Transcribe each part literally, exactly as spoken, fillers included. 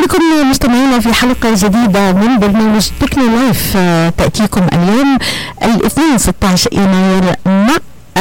بكم مستمعينا في حلقة جديدة من برنامج تكنو لايف تأتيكم اليوم الاثنين ستة عشر يناير مع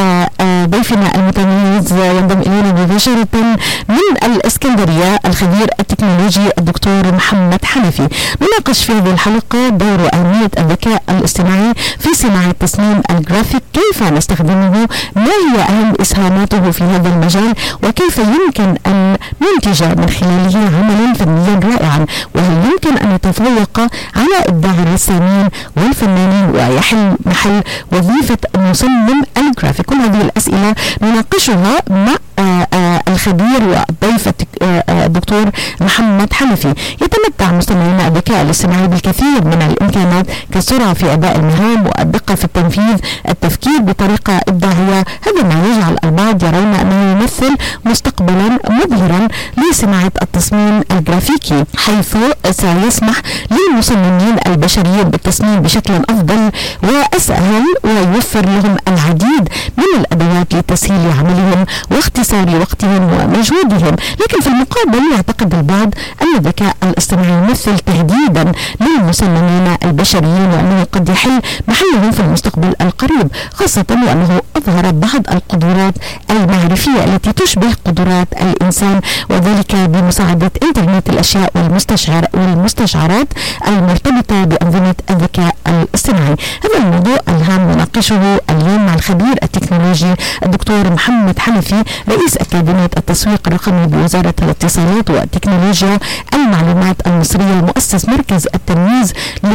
ضيفنا المتميز ينضم إلينا مباشرة من الإسكندرية الخبير التكنولوجي الدكتور محمد حنفي. نناقش في هذه الحلقة دور وأهمية الذكاء الاصطناعي في صناعة تصميم الجرافيك، كيف نستخدمه، ما هي أهم إسهاماته في هذا المجال، وكيف يمكن أن ننتج من خلاله عملا فنيا رائعا، وهل يمكن أن نتفوق على إبداع الرسامين والفنانين ويحل محل وظيفة مصمم الجرافيك. كل هذه الأسئلة نناقشها مع آآ آآ الخبير والضيف الدكتور محمد حنفي. يتمتع مستمعينا الذكاء الاصطناعي بالكثير من الإمكانات كالسرعة في أداء المهام والدقة في التنفيذ، التفكير بطريقة إبداعية. هذا ما يجعل البعض يرون أنه يمثل مستقبلا مبهرا لصناعة التصميم الجرافيكي، حيث سيسمح للمصممين البشريين بالتصميم بشكل أفضل وأسهل، ويوفر لهم العديد من الأدوات لتسهيل عملهم واختصار وقتهم ومجهودهم. لكن في المقابل يعتقد البعض أن الذكاء الاصطناعي يمثل تهديدا للمصممين البشريين، وأنه قد يحل محلهم في المستقبل القريب، خاصة وأنه أظهر بعض القدرات المعرفية التي تشبه قدرات الإنسان، وذلك بمساعدة إنترنت الأشياء والمستشعر والمستشعرات المرتبطة بأنظمة الذكاء الاصطناعي. هذا الموضوع الهام نناقشه اليوم مع الخبير التكنولوجي الدكتور محمد حنفي، رئيس أكاديمية التسويق الرقمي بوزارة الاتصالات وتكنولوجيا المعلومات المصرية، المؤسس مركز التمييز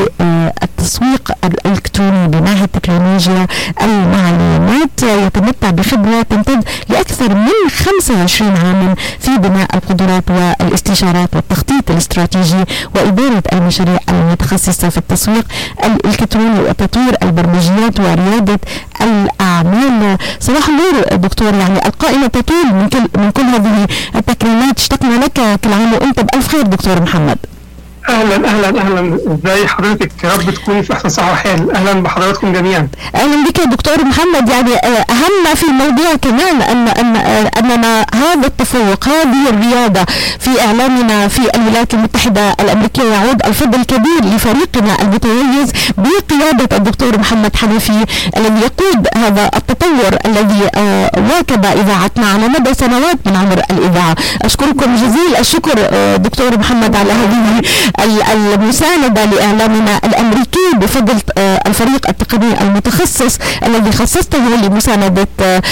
للتسويق الإلكتروني بمعهد تكنولوجيا المعلومات. يتمتع بخبرة تمتد لأكثر من خمسة وعشرين عاما في بناء القدرات والاستشارات والتخطيط الاستراتيجي وإدارة المشاريع المتخصصة في التسويق الإلكتروني وتطوير البرمجيات وريادة الأعمال. صباح النور دكتور، يعني القائمة تطول من كل من كل هذه التكريمات. اشتقنا لك، كل عام وأنت بألف خير دكتور محمد. اهلا اهلا اهلا، ازاي حضرتك؟ يا رب تكوني في احسن صحه وحال. اهلا بحضراتكم جميعا. اهلا بك دكتور محمد. يعني اهم في الموضوع كمان ان ان اننا هذا التفوق، هذه الرياده في اعلامنا في الولايات المتحده الامريكيه، يعود الفضل الكبير لفريقنا المتميز بقياده الدكتور محمد حنفي الذي يقود هذا التطور الذي واكب اذاعتنا على مدى سنوات من عمر الاذاعه. اشكركم جزيل الشكر دكتور محمد على هذه المساندة لإعلامنا الأمريكي بفضل الفريق التقني المتخصص الذي خصصته لمساندة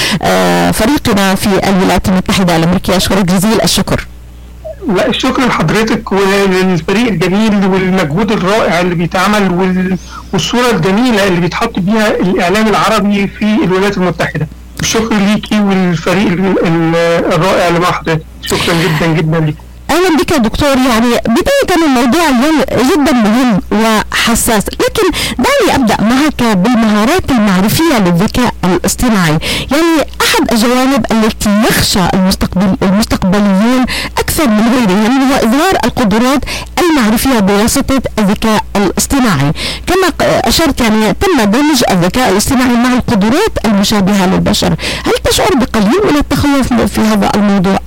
فريقنا في الولايات المتحدة الأمريكية. أشكرك جزيل الشكر. لا، الشكر لحضرتك وللفريق الجميل والمجهود الرائع اللي بيتعمل والصورة الجميلة اللي بيتحط بيها الإعلام العربي في الولايات المتحدة. الشكر ليكي والفريق الرائع اللي مع حضرتك. شكرا جدا جدا ليكي. أهلا بك دكتور. يعني بداية الموضوع اليوم جدا مهم وحساس، لكن دعني أبدأ معك بالمهارات المعرفية للذكاء الاصطناعي. يعني أحد الجوانب التي يخشى المستقبل المستقبليون أكثر من غيرهم هو إظهار القدرات المعرفية بواسطة الذكاء الاصطناعي. كما أشرت، يعني تم دمج الذكاء الاصطناعي مع القدرات المشابهة للبشر. هل تشعر بقليل من التخوف في هذا الموضوع؟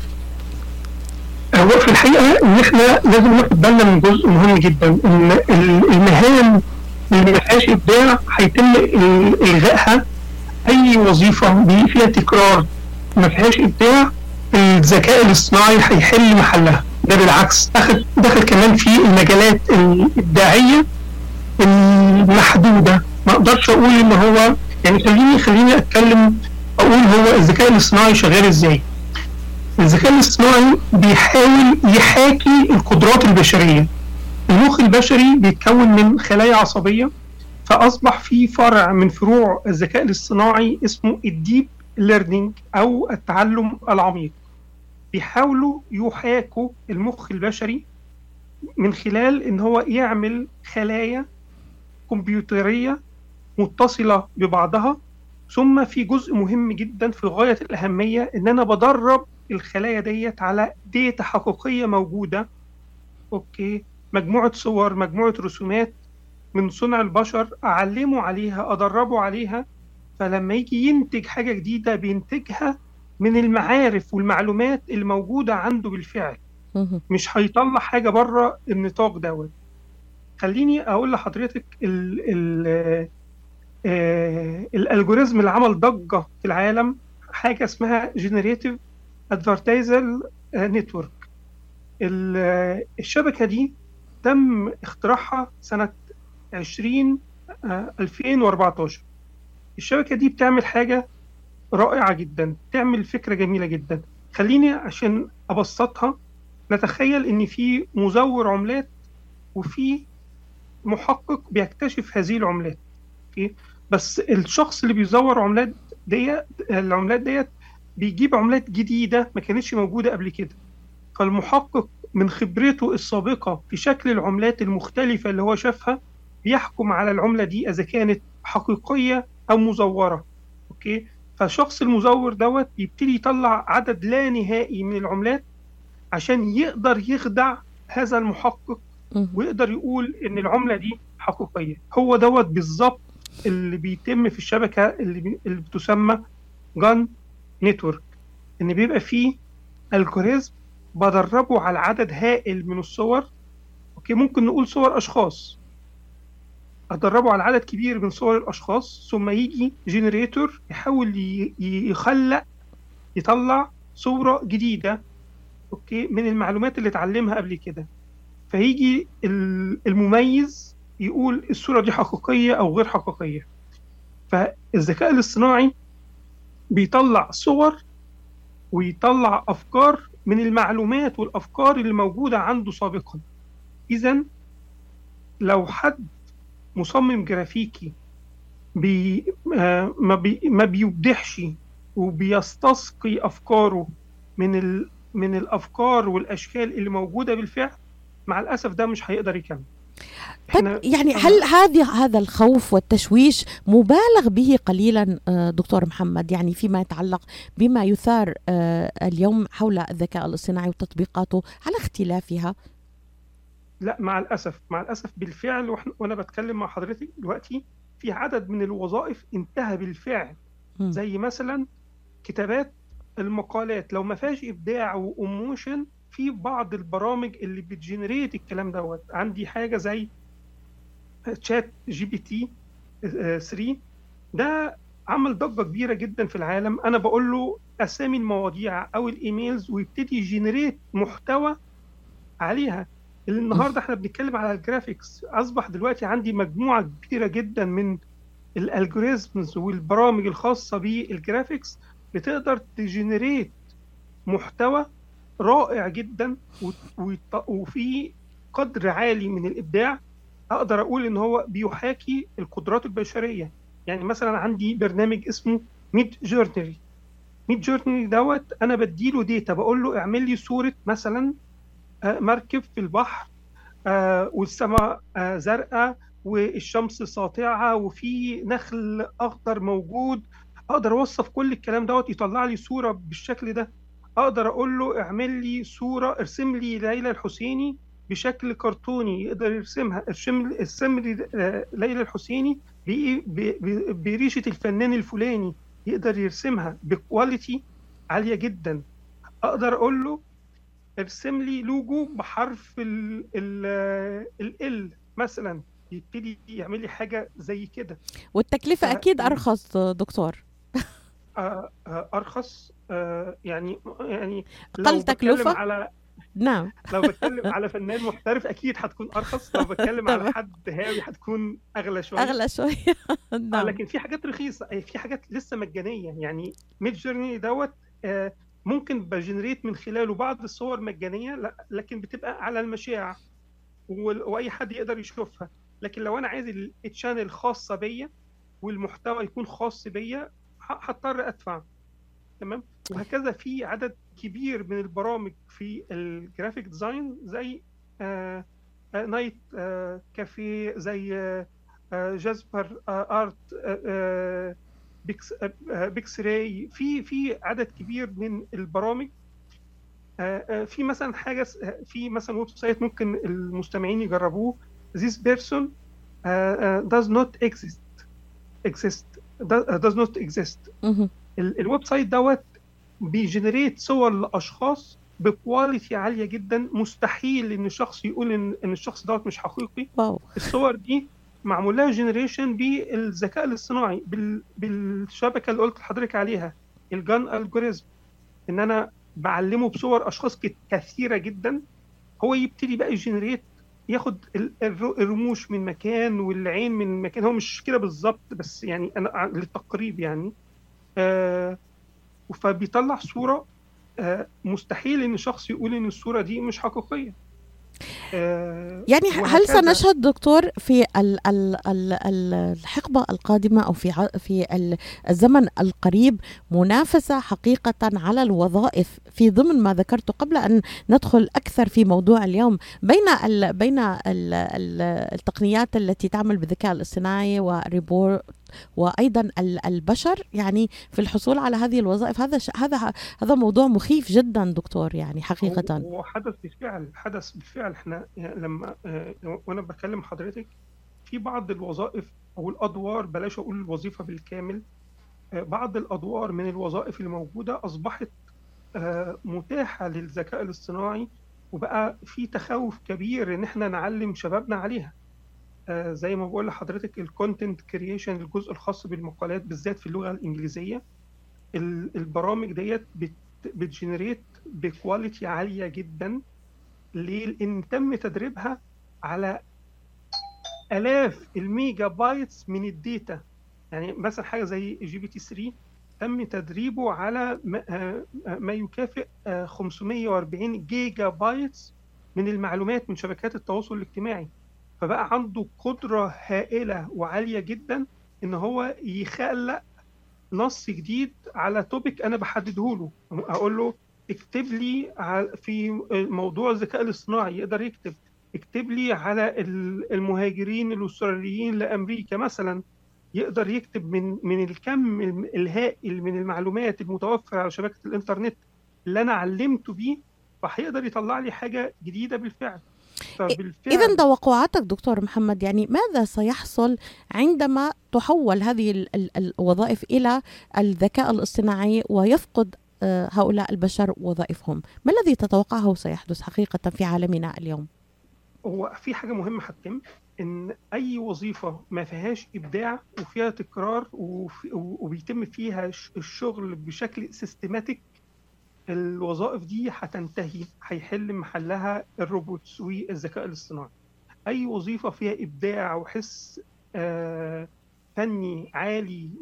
هو في الحقيقة ان احنا لازم ناخد بالنا من جزء مهم جدا، ان المهام اللي ما فيهاش ابداع هيتم الغائها. اي وظيفة فيها تكرار ما فيهاش ابداع الذكاء الاصطناعي هيحل محلها. ده بالعكس دخل دخل كمان في المجالات الابداعية المحدودة. ما اقدرش اقول ان هو، يعني خليني خليني اتكلم اقول هو الذكاء الاصطناعي شغال ازاي. الذكاء الاصطناعي بيحاول يحاكي القدرات البشرية. المخ البشري بيتكون من خلايا عصبية، فأصبح في فرع من فروع الذكاء الاصطناعي اسمه الديب ليرنينج أو التعلم العميق. بيحاولوا يحاكوا المخ البشري من خلال إن هو يعمل خلايا كمبيوترية متصلة ببعضها. ثم في جزء مهم جدا في غاية الأهمية، إن أنا بدرب الخلايا ديت على ديتا حقيقية موجودة. أوكي، مجموعة صور، مجموعة رسومات من صنع البشر، أعلمه عليها، أدربه عليها. فلما يجي ينتج حاجة جديدة بينتجها من المعارف والمعلومات اللي موجودة عنده بالفعل. مهم. مش هيطلع حاجه بره النطاق دوت. خليني اقول لحضرتك ال ال آه الالجوريزم اللي عمل ضجه في العالم حاجه اسمها جنريتيف ادفرتايزر نتورك. الشبكه دي تم اختراعها سنه عشرين آه ألفين وأربعتاشر. الشبكه دي بتعمل حاجه رائعه جدا، بتعمل فكره جميله جدا. خليني عشان ابسطها نتخيل ان في مزور عملات وفي محقق بيكتشف هذه العملات. اوكي، بس الشخص اللي بيزور عملات ديت العملات ديت بيجيب عملات جديده ما كانتش موجوده قبل كده. فالمحقق من خبرته السابقه في شكل العملات المختلفه اللي هو شافها بيحكم على العمله دي اذا كانت حقيقيه او مزوره. اوكي، فالشخص المزور دوت بيبتدي يطلع عدد لا نهائي من العملات عشان يقدر يخدع هذا المحقق مهم. ويقدر يقول ان العمله دي حقيقيه. هو دوت بالظبط اللي بيتم في الشبكه اللي, بي... اللي بتسمى جان نتورك، ان بيبقى فيه الجوريزم بدربه على عدد هائل من الصور. اوكي، ممكن نقول صور اشخاص، ادربه على عدد كبير من صور الاشخاص، ثم يجي جنريتور يحاول ي... يخلق يطلع صوره جديده اوكي من المعلومات اللي اتعلمها قبل كده. فيجي المميز يقول الصورة دي حقيقية أو غير حقيقية. فالذكاء الاصطناعي بيطلع صور ويطلع أفكار من المعلومات والأفكار اللي موجودة عنده سابقا. إذن لو حد مصمم جرافيكي بي آه ما, بي ما بيوضحش وبيستسقي أفكاره من ال من الأفكار والأشكال اللي موجودة بالفعل، مع الأسف ده مش هيقدر يكمل. طيب يعني هل هذه هذا الخوف والتشويش مبالغ به قليلا دكتور محمد، يعني فيما يتعلق بما يثار اليوم حول الذكاء الاصطناعي وتطبيقاته على اختلافها؟ لا، مع الأسف مع الأسف بالفعل. وأنا بتكلم مع حضرتك دلوقتي في عدد من الوظائف انتهى بالفعل، م. زي مثلا كتابات المقالات. لو ما فيهاش إبداع وإيموشن في بعض البرامج اللي بتجنريت الكلام دوت. عندي حاجة زي تشات جي بي تي ثلاثة، ده عمل ضجة كبيرة جدا في العالم. أنا بقول له أسامي المواضيع أو الإيميلز ويبتدي يجنريت محتوى عليها. النهاردة احنا بنتكلم على الجرافيكس، أصبح دلوقتي عندي مجموعة كبيرة جدا من الالجوريزمز والبرامج الخاصة بالجرافيكس بتقدر تجنريت محتوى رائع جدا وفي قدر عالي من الإبداع. أقدر أقول إن هو بيحاكي القدرات البشرية. يعني مثلا عندي برنامج اسمه ميد جورنري. ميد جورنري دوت أنا بديله ديتا، بقول له اعمل لي صورة مثلا مركب في البحر والسماء زرقاء والشمس ساطعة وفي نخل أخضر موجود. أقدر أوصف كل الكلام دوت يطلع لي صورة بالشكل ده. اقدر اقول له اعمل لي صوره، ارسم لي ليلى الحسيني بشكل كرتوني، يقدر يرسمها. ارسم ارسم لي ليلى الحسيني بريشه الفنان الفلاني، يقدر يرسمها بكواليتي عاليه جدا. اقدر اقول له ارسم لي لوجو بحرف ال ال ال مثلا، يبتدي يعمل لي حاجه زي كده. والتكلفه اكيد ارخص دكتور. ارخص يعني يعني اقل تكلفه على نعم. لو بتكلم على فنان محترف اكيد هتكون ارخص، لو بتكلم على حد هاوي هتكون اغلى شويه اغلى شويه نعم. لكن في حاجات رخيصه، في حاجات لسه مجانيه. يعني ميد جورني دوت ممكن بجنريت من خلاله بعض الصور مجانيه، لا لكن بتبقى على المشاع واي حد يقدر يشوفها. لكن لو انا عايز التشانل خاصه بيا والمحتوى يكون خاص بيا هضطر ادفع. تمام. وهكذا في عدد كبير من البرامج في الجرافيك ديزاين زي آه آه نايت آه كافيه، زي آه جاسبر آه ارت آه بيكس, آه بيكس راي. في في عدد كبير من البرامج. آه آه في مثلا حاجه في مثلا ويب سايت ممكن المستمعين يجربوه. This person uh, uh, does not exist exist does not exist. الويب سايت دوت بيجنريت صور لاشخاص بكواليتي عاليه جدا. مستحيل ان الشخص يقول ان ان الشخص دوت مش حقيقي. واو. الصور دي معمول لها جنريشن بالذكاء الاصطناعي، بال... بالشبكه اللي قلت لحضرتك عليها، الجان الجوريزم، ان انا بعلمه بصور اشخاص كت- كثيره جدا. هو يبتدي بقى يجنريت، ياخد ال- الر- الرموش من مكان والعين من مكان. هو مش كده بالظبط، بس يعني انا ع- للتقريب يعني. آه فبيطلع صوره آه مستحيل ان شخص يقول ان الصوره دي مش حقيقيه. آه يعني هل وهكذا. سنشهد دكتور في ال ال ال ال الحقبة القادمة أو في ع- في ال- الزمن القريب منافسة حقيقة على الوظائف في ضمن ما ذكرت قبل أن ندخل أكثر في موضوع اليوم، بين ال بين ال ال التقنيات التي تعمل بالذكاء الاصطناعي والريبورت وأيضا ال- البشر، يعني في الحصول على هذه الوظائف؟ هذا ش- هذا هذا موضوع مخيف جدا دكتور، يعني هو حقيقة. هو حدث بالفعل، حدث بالفعل. احنا يعني لما آه وانا بكلم حضرتك في بعض الوظائف او الادوار، بلاش اقول الوظيفه بالكامل، آه بعض الادوار من الوظائف اللي موجوده اصبحت آه متاحه للذكاء الاصطناعي، وبقى في تخوف كبير ان احنا نعلم شبابنا عليها. آه زي ما بقول لحضرتك الكونتنت كرييشن، الجزء الخاص بالمقالات بالذات في اللغه الانجليزيه، ال- البرامج ديت بت بتجنريت بكواليتي عاليه جدا. ليه؟ لان تم تدريبها على آلاف الميجا بايتس من الداتا. يعني مثلا حاجة زي جي بي تي ثلاثة تم تدريبه على ما آه، ما يكافئ آه، خمسمية وأربعين جيجا بايتس من المعلومات من شبكات التواصل الاجتماعي. فبقى عنده قدرة هائلة وعالية جدا إن هو يخلق نص جديد على توبيك أنا بحدده له. أقول له اكتب لي ع- في موضوع الذكاء الاصطناعي، يقدر يكتب اكتب لي على ال- المهاجرين الأستراليين لأمريكا مثلا. يقدر يكتب من من الكم الم- الهائل من المعلومات المتوفرة على شبكة الإنترنت اللي أنا علمته بيه، فهيقدر يطلع لي حاجة جديدة بالفعل. إذا فبالفعل توقعاتك دكتور محمد، يعني ماذا سيحصل عندما تحول هذه ال- ال- الوظائف إلى الذكاء الاصطناعي ويفقد آه، هؤلاء البشر وظائفهم؟ ما الذي تتوقعه سيحدث حقيقة في عالمنا اليوم؟ هو في حاجة مهمة هتتم، إن أي وظيفة ما فيهاش إبداع وفيها تكرار وفي- وبيتم فيها ش- الشغل بشكل سيستماتيك، الوظائف دي هتنتهي، هيحل محلها الروبوتس والذكاء الاصطناعي. أي وظيفة فيها إبداع وحس آه، فني عالي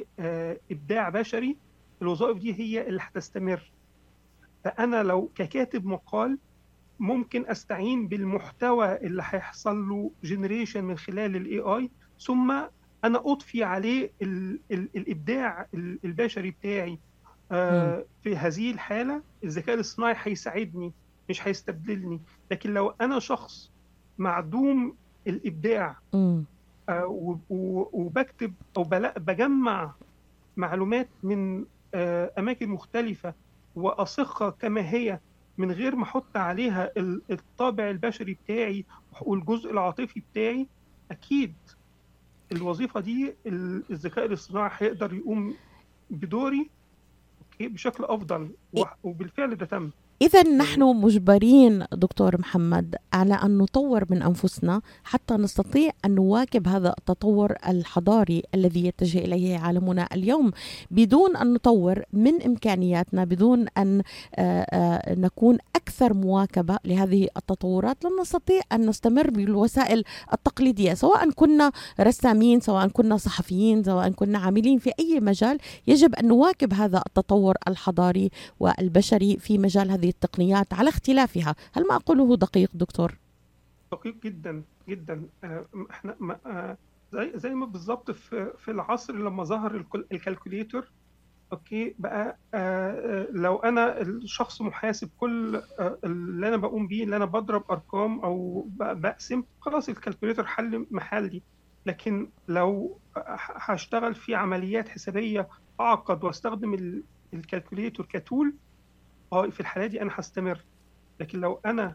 وإبداع بشري، الوظائف دي هي اللي هتستمر. فأنا لو ككاتب مقال ممكن استعين بالمحتوى اللي هيحصل له جنريشن من خلال الاي اي، ثم انا اضفي عليه ال ال الابداع ال- البشري بتاعي. مم. آه في هذه الحاله الذكاء الاصطناعي هيساعدني مش هيستبدلني. لكن لو انا شخص معدوم الابداع مم. آه و- و- وبكتب او بلا- بجمع معلومات من آه اماكن مختلفه واصيغها كما هي من غير ما احط عليها ال- الطابع البشري بتاعي والجزء العاطفي بتاعي، اكيد الوظيفه دي ال- الذكاء الاصطناعي هيقدر يقوم بدوري اوكي بشكل افضل. و- وبالفعل ده تم إذا نحن يعني. مجبرين دكتور محمد على أن نطور من أنفسنا حتى نستطيع أن نواكب هذا التطور الحضاري الذي يتجه إليه عالمنا اليوم. بدون أن نطور من إمكانياتنا، بدون أن آه، آه، نكون أكثر مواكبة لهذه التطورات، لن نستطيع أن نستمر بالوسائل التقليدية، سواء كنا رسامين، سواء كنا صحفيين، سواء كنا عاملين في أي مجال. يجب أن نواكب هذا التطور الحضاري والبشري في مجال هذه التقنيات على اختلافها. هل ما أقوله دقيق دكتور؟ دقيق جدا جدا. آه، احنا ما- آه، زي زي ما بالظبط في في العصر لما ظهر الكل- الكالكوليتر. اوكي بقى آه آه، لو انا الشخص محاسب، كل آه اللي انا بقوم بيه اللي انا بضرب ارقام او ب- بقسم، خلاص الكالكوليتر حل محلي. لكن لو ه- هشتغل في عمليات حسابيه اعقد واستخدم ال- الكالكوليتر كتول، اه في الحاله دي انا هستمر. لكن لو انا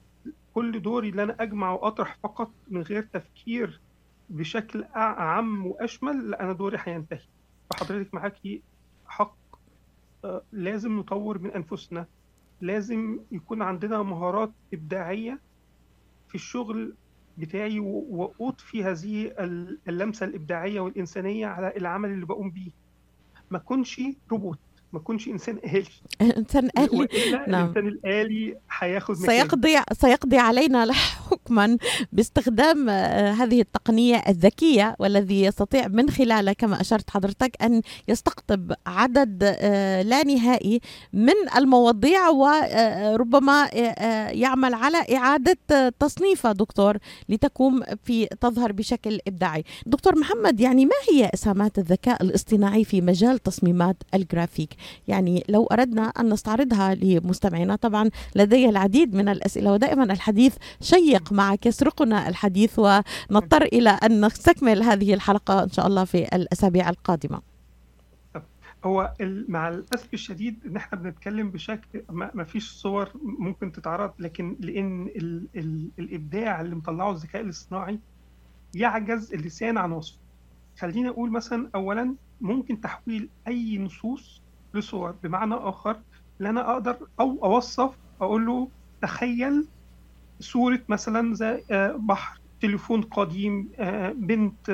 كل دوري اللي انا اجمع واطرح فقط من غير تفكير بشكل أع- اعم واشمل، لا انا دوري هينتهي. فحضرتك معاكي حق. آه، لازم نطور من انفسنا، لازم يكون عندنا مهارات إبداعية في الشغل بتاعي، وأضفي هذه اللمسة الإبداعية والإنسانية على العمل اللي بقوم بيه. ما كنش روبوت، ما كنش إنسان آلي، إنسان آلي، وإلا نعم، الإنسان الآلي هياخد مكانه. سيقضي سيقضي علينا حكما باستخدام آه، هذه التقنية الذكية، والذي يستطيع من خلالها كما أشرت حضرتك أن يستقطب عدد آه، لا نهائي من المواضيع، وربما آه، يعمل على إعادة آه، تصنيفها دكتور لتكون في تظهر بشكل إبداعي. دكتور محمد، يعني ما هي إسهامات الذكاء الاصطناعي في مجال تصميمات الجرافيك؟ يعني لو أردنا أن نستعرضها لمستمعينا، طبعا لدي العديد من الأسئلة ودائما الحديث شيق معك، يسرقنا الحديث ونضطر إلى أن نستكمل هذه الحلقة إن شاء الله في الأسابيع القادمة. هو مع الأسف الشديد إن إحنا بنتكلم بشكل ما فيش صور ممكن تتعرض، لكن لأن ال ال الإبداع اللي مطلعه الذكاء الاصطناعي يعجز اللسان عن وصفه. خلينا أقول مثلا أولا ممكن تحويل أي نصوص لصور، بمعنى آخر اللي أنا أقدر أو أوصف، أقول له تخيل صورة مثلا زي بحر، تليفون قديم، بنت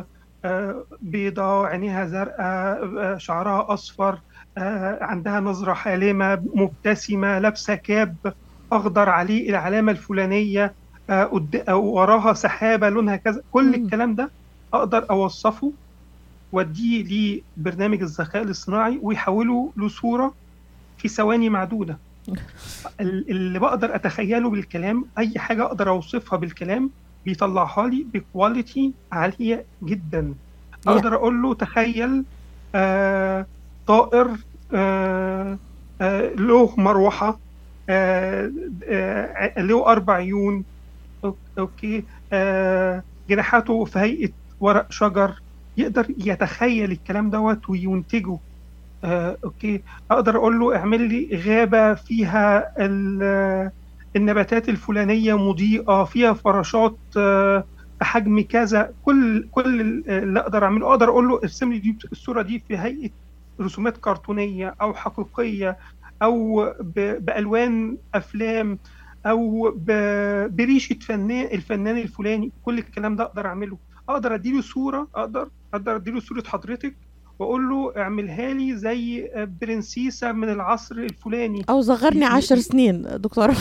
بيضاء عينيها زرقاء شعرها أصفر، عندها نظرة حالمة مبتسمة، لابسة كاب أخضر عليه العلامة الفلانية، وراها سحابة لونها كذا. كل الكلام ده أقدر أوصفه واديه لبرنامج الذكاء الاصطناعي ويحوله لصورة في ثواني معدودة. اللي بقدر أتخيله بالكلام، أي حاجة أقدر أوصفها بالكلام بيطلعها لي بكواليتي عالية جدا. أقدر أقول له تخيل آه طائر آه آه له مروحة، آه آه له أربع عيون، أوكي، آه جناحاته في هيئة ورق شجر. يقدر يتخيل الكلام دوت وينتجه. آه، أوكي، أقدر أقول له اعمل لي غابة فيها النباتات الفلانية مضيئة، فيها فراشات آه، بحجم كذا. كل كل اللي أقدر أعمله، أقدر أقول له ارسم لي دي الصورة دي في هيئة رسومات كرتونية أو حقيقية، أو بألوان أفلام، أو بريشة فنان الفنان الفلاني. كل الكلام ده أقدر أعمله. أقدر أديله صورة، أقدر أقدر أديله صورة حضرتك وأقول له اعملها لي زي برنسيسة من العصر الفلاني، أو صغرني عشر سنين دكتور.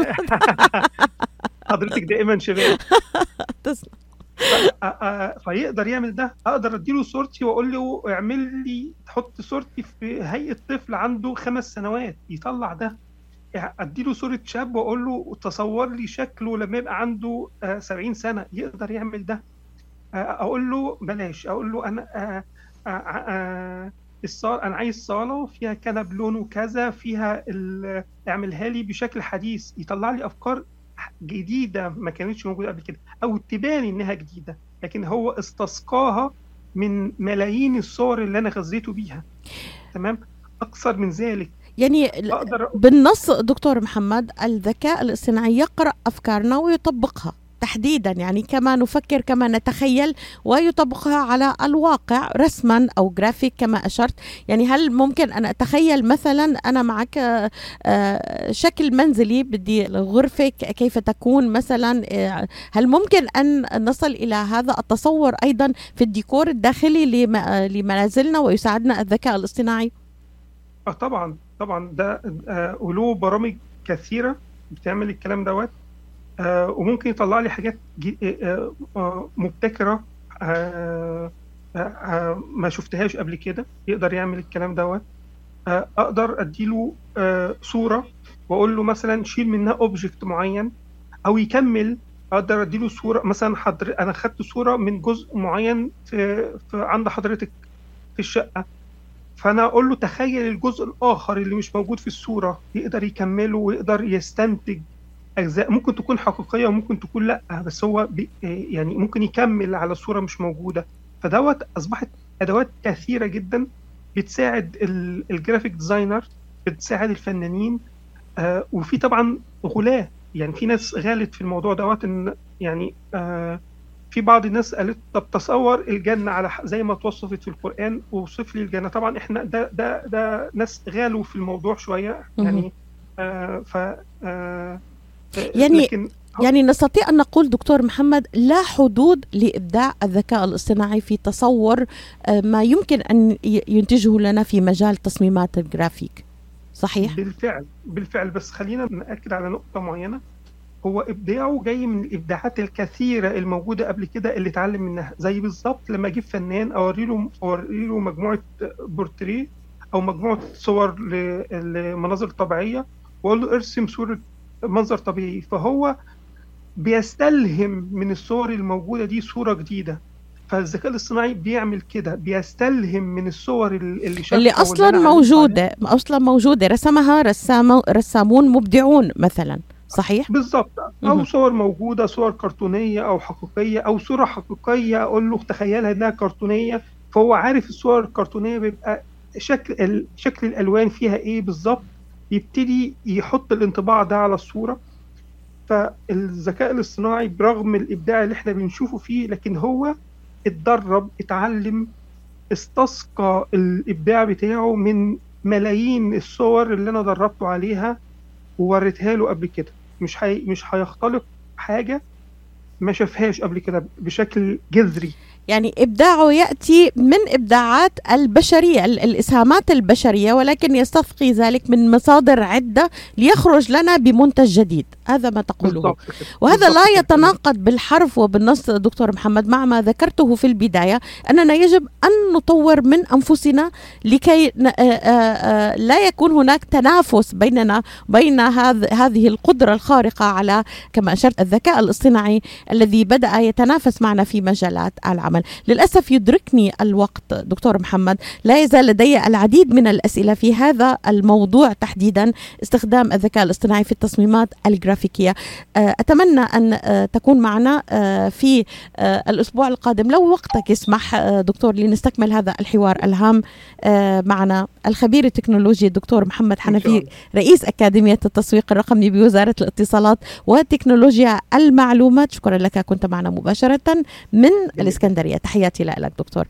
حضرتك دائما شباب. تسلم. فيقدر يعمل ده. أقدر أديله صورتي وأقول له اعمل لي، تحط صورتي في هيئة طفل عنده خمس سنوات، يطلع ده. أديله صورة شاب وأقول له تصور لي شكله لما يبقى عنده سبعين سنة، يقدر يعمل ده. أقول له بلاش، أقول له أنا آه آه آه الصالة، أنا عايز صالة فيها كنب لونه كذا، فيها اعملها لي بشكل حديث. يطلع لي أفكار جديدة ما كانتش موجودة قبل كده، أو تبان إنها جديدة، لكن هو استسقاها من ملايين الصور اللي أنا غذيته بيها. تمام. أكثر من ذلك، يعني بالنص دكتور محمد، الذكاء الاصطناعي يقرأ أفكارنا ويطبقها تحديدا، يعني كما نفكر كما نتخيل، ويطبقها على الواقع رسما أو جرافيك كما أشرت. يعني هل ممكن أن أتخيل مثلا أنا معك شكل منزلي، بدي غرفة كيف تكون مثلا، هل ممكن أن نصل إلى هذا التصور أيضا في الديكور الداخلي لمنازلنا ويساعدنا الذكاء الاصطناعي؟ آه طبعا طبعا، ده آه وله برامج كثيرة بتعمل الكلام دوت. آه وممكن يطلع لي حاجات آه آه مبتكرة آه آه ما شفتهاش قبل كده. يقدر يعمل الكلام دوت. آه أقدر أديله آه صورة وأقول له مثلا شيل منها أوبجكت معين أو يكمل. أقدر أديله صورة مثلا، حضر أنا خدت صورة من جزء معين في, في عند حضرتك في الشقة، فأنا أقول له تخيل الجزء الآخر اللي مش موجود في الصورة. يقدر يكمله ويقدر يستنتج أجزاء ممكن تكون حقيقية وممكن تكون لأ، بس هو يعني ممكن يكمل على صورة مش موجودة. فدوت أصبحت أدوات كثيرة جدا بتساعد الجرافيك ديزاينر، بتساعد الفنانين. آه وفي طبعا غلاة، يعني في ناس غالت في الموضوع دوت، إن يعني آه في بعض الناس قالت طب تصور الجنة على زي ما توصفت في القرآن، ووصف لي الجنة. طبعا احنا ده ده ده ناس غالوا في الموضوع شوية، يعني آه ف آه يعني لكن يعني نستطيع أن نقول دكتور محمد لا حدود لإبداع الذكاء الاصطناعي في تصور ما يمكن أن ينتجه لنا في مجال تصميمات الجرافيك، صحيح؟ بالفعل بالفعل بس خلينا نأكد على نقطة معينة. هو إبداعه جاي من الإبداعات الكثيرة الموجودة قبل كده اللي اتعلم منها، زي بالظبط لما أجيب فنان أوري له أوري له مجموعة بورتريه أو مجموعة صور لمناظر طبيعية وأقول له ارسم صورة منظر طبيعي، فهو بيستلهم من الصور الموجودة دي صورة جديدة. فالذكاء الاصطناعي بيعمل كده، بيستلهم من الصور اللي شافها اللي أصلا موجودة أصلا موجودة رسمها رسام رسامون مبدعون مثلا، صحيح؟ بالظبط. أو صور موجودة، صور كرتونية أو حقيقية، أو صورة حقيقية أقول له تخيلها إنها كرتونية، فهو عارف الصور الكرتونية بيبقى شكل شكل الألوان فيها إيه بالظبط، يبتدي يحط الانطباع ده على الصورة. فالذكاء الاصطناعي برغم الإبداع اللي احنا بنشوفه فيه، لكن هو اتدرب، اتعلم، استسقى الإبداع بتاعه من ملايين الصور اللي أنا دربته عليها ووريتها له قبل كده. مش هي مش هيختلق حاجة ما شافهاش قبل كده بشكل جذري. يعني إبداعه يأتي من إبداعات البشرية، الإسهامات البشرية، ولكن يستفقي ذلك من مصادر عدة ليخرج لنا بمنتج جديد. هذا ما تقوله، وهذا لا يتناقض بالحرف وبالنص دكتور محمد مع ما ذكرته في البداية، أننا يجب أن نطور من أنفسنا لكي لا يكون هناك تنافس بيننا بين هذه القدرة الخارقة على كما أشرت الذكاء الاصطناعي الذي بدأ يتنافس معنا في مجالات العمل. للأسف يدركني الوقت دكتور محمد، لا يزال لدي العديد من الأسئلة في هذا الموضوع تحديدا، استخدام الذكاء الاصطناعي في التصميمات الجرافيكية. أتمنى أن تكون معنا في الأسبوع القادم لو وقتك يسمح دكتور لنستكمل هذا الحوار الهام. معنا الخبير التكنولوجي الدكتور محمد حنفي، رئيس أكاديمية التسويق الرقمي بوزارة الاتصالات وتكنولوجيا المعلومات. شكرا لك، كنت معنا مباشرة من الإسكندرية. تحياتي لك دكتور.